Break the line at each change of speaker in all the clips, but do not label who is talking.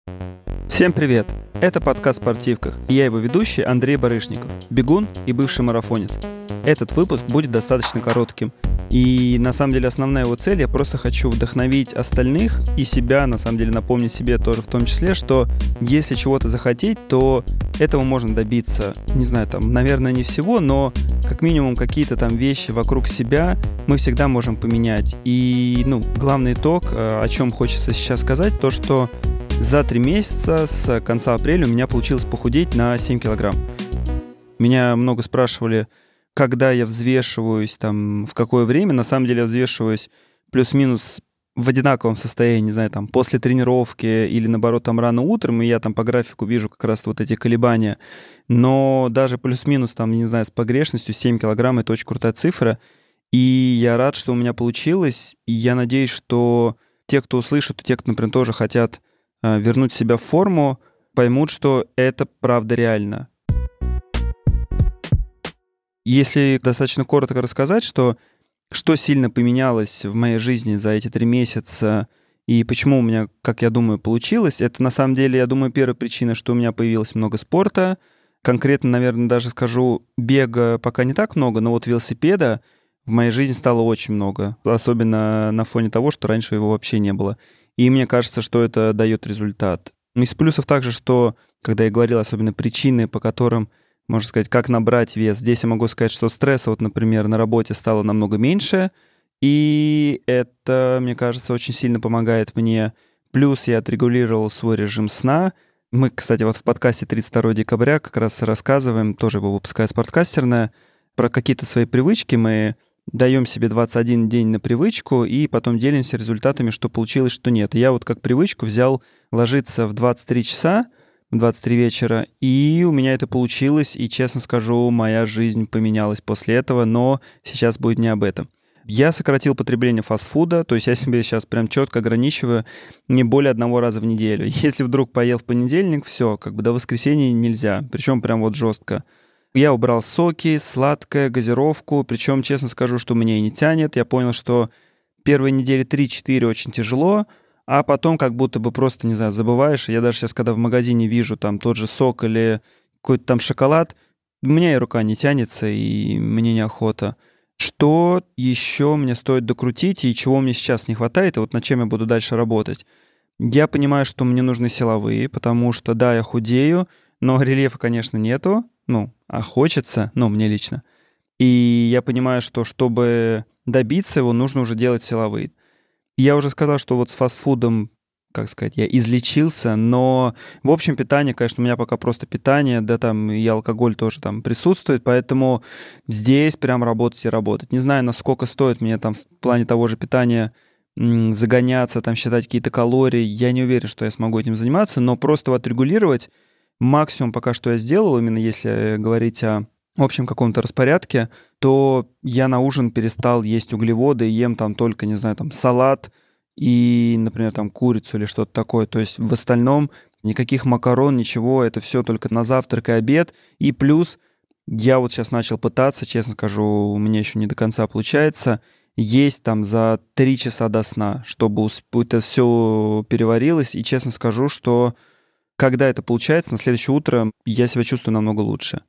Всем привет! Это подкаст «Спортивках», и я его ведущий Андрей Барышников, бегун и бывший марафонец. Этот выпуск будет достаточно коротким, и на самом деле основная его цель, я просто хочу вдохновить остальных и себя, на самом деле напомнить себе тоже в том числе, что если чего-то захотеть, то этого можно добиться, не знаю, там, наверное, не всего, но как минимум какие-то там вещи вокруг себя мы всегда можем поменять. И, главный итог, о чем хочется сейчас сказать, то, что за 3 месяца с конца апреля у меня получилось похудеть на 7 килограмм. Меня много спрашивали, когда я взвешиваюсь, там, в какое время. На самом деле я взвешиваюсь плюс-минус в одинаковом состоянии, не знаю, там, после тренировки или, наоборот, там, рано утром, и я там по графику вижу как раз вот эти колебания. Но даже плюс-минус, там, не знаю, с погрешностью 7 килограмм — это очень крутая цифра. И я рад, что у меня получилось, и я надеюсь, что те, кто услышит, те, кто, например, тоже хотят вернуть себя в форму, поймут, что это правда реально. Если достаточно коротко рассказать, что сильно поменялось в моей жизни за эти 3 месяца и почему у меня, как я думаю, получилось, это на самом деле, я думаю, первая причина, что у меня появилось много спорта. Конкретно, наверное, даже скажу, бега пока не так много, но вот велосипеда в моей жизни стало очень много, особенно на фоне того, что раньше его вообще не было. И мне кажется, что это дает результат. Из плюсов также, что, когда я говорил, особенно причины, по которым, можно сказать, как набрать вес, здесь я могу сказать, что стресса, вот, например, на работе стало намного меньше, и это, мне кажется, очень сильно помогает мне. Плюс я отрегулировал свой режим сна. Мы, кстати, вот в подкасте 32 декабря как раз рассказываем, тоже его выпускает «Спорткастерная», про какие-то свои привычки. Мы даем себе 21 день на привычку и потом делимся результатами, что получилось, что нет. Я вот как привычку взял ложиться в 23 часа, в 23 вечера, и у меня это получилось, и, честно скажу, моя жизнь поменялась после этого, но сейчас будет не об этом. Я сократил потребление фастфуда, то есть я себе сейчас прям четко ограничиваю не более 1 раза в неделю. Если вдруг поел в понедельник, все, как бы до воскресенья нельзя, причем прям вот жестко. Я убрал соки, сладкое, газировку, причем, честно скажу, что меня и не тянет. Я понял, что первые недели 3-4 очень тяжело, а потом как будто бы просто, не знаю, забываешь. Я даже сейчас, когда в магазине вижу там тот же сок или какой-то там шоколад, у меня и рука не тянется, и мне неохота. Что еще мне стоит докрутить, и чего мне сейчас не хватает, и вот над чем я буду дальше работать? Я понимаю, что мне нужны силовые, потому что, да, я худею, но рельефа, конечно, нету. А хочется, мне лично. И я понимаю, что чтобы добиться его, нужно уже делать силовые. Я уже сказал, что вот с фастфудом, как сказать, я излечился, но в общем питание, конечно, у меня пока просто питание, да, там и алкоголь тоже там присутствует, поэтому здесь прям работать и работать. Не знаю, насколько стоит мне там в плане того же питания загоняться, там считать какие-то калории. Я не уверен, что я смогу этим заниматься, но просто вот регулировать. Максимум пока что я сделал, именно если говорить о общем каком-то распорядке, то я на ужин перестал есть углеводы и ем там только, не знаю, там салат и, например, там курицу или что-то такое. То есть в остальном никаких макарон, ничего, это все только на завтрак и обед. И плюс я вот сейчас начал пытаться, честно скажу, у меня еще не до конца получается, есть там за 3 часа до сна, чтобы это все переварилось. И честно скажу, что когда это получается, на следующее утро я себя чувствую намного лучше.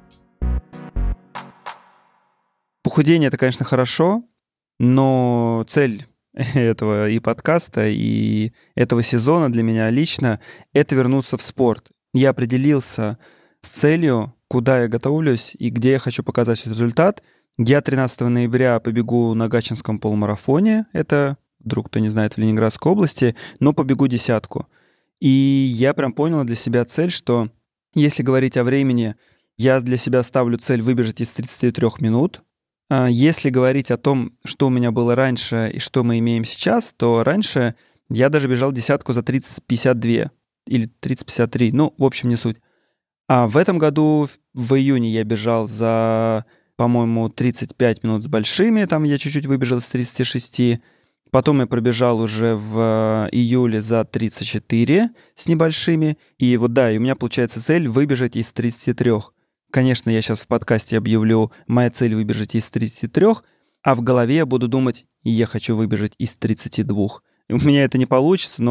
Похудение — это, конечно, хорошо, но цель этого и подкаста, и этого сезона для меня лично — это вернуться в спорт. Я определился с целью, куда я готовлюсь и где я хочу показать результат. Я 13 ноября побегу на Гатчинском полумарафоне, это, вдруг кто не знает, в Ленинградской области, но побегу 10. И я прям понял для себя цель, что если говорить о времени, я для себя ставлю цель выбежать из 33 минут. Если говорить о том, что у меня было раньше и что мы имеем сейчас, то раньше я даже бежал 10 за 30:52 или 30:53, в общем, не суть. А в этом году, в июне, я бежал за, по-моему, 35 минут с большими, там я чуть-чуть выбежал из 36. Потом я пробежал уже в июле за 34 с небольшими. И вот да, и у меня получается цель выбежать из 33. Конечно, я сейчас в подкасте объявлю, моя цель выбежать из 33, а в голове я буду думать, я хочу выбежать из 32. И у меня это не получится, но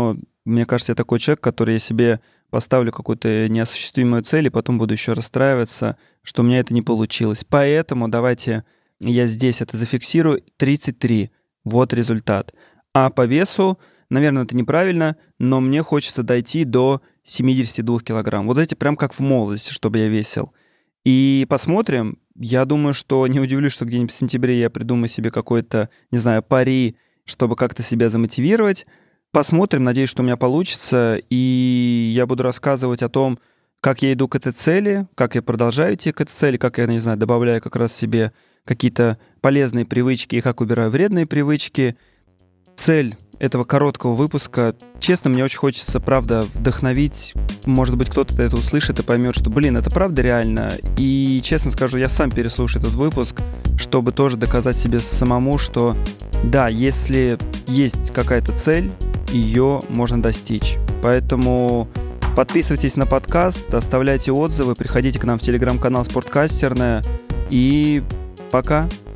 Мне кажется, я такой человек, который я себе поставлю какую-то неосуществимую цель, и потом буду еще расстраиваться, что у меня это не получилось. Поэтому давайте я здесь это зафиксирую. 33. Вот результат. А по весу, наверное, это неправильно, но мне хочется дойти до 72 килограмм. Вот эти прям как в молодости, чтобы я весил. И посмотрим. Я думаю, что не удивлюсь, что где-нибудь в сентябре я придумаю себе какой-то, не знаю, пари, чтобы как-то себя замотивировать. Посмотрим, надеюсь, что у меня получится, и я буду рассказывать о том, как я иду к этой цели, как я продолжаю идти к этой цели, как я, не знаю, добавляю как раз себе какие-то полезные привычки и как убираю вредные привычки. Цель этого короткого выпуска, честно, мне очень хочется, правда, вдохновить. Может быть, кто-то это услышит и поймет, что, это правда реально. И, честно скажу, я сам переслушаю этот выпуск, чтобы тоже доказать себе самому, что да, если есть какая-то цель, ее можно достичь. Поэтому подписывайтесь на подкаст, оставляйте отзывы, приходите к нам в телеграм-канал «Спорткастерная». И пока!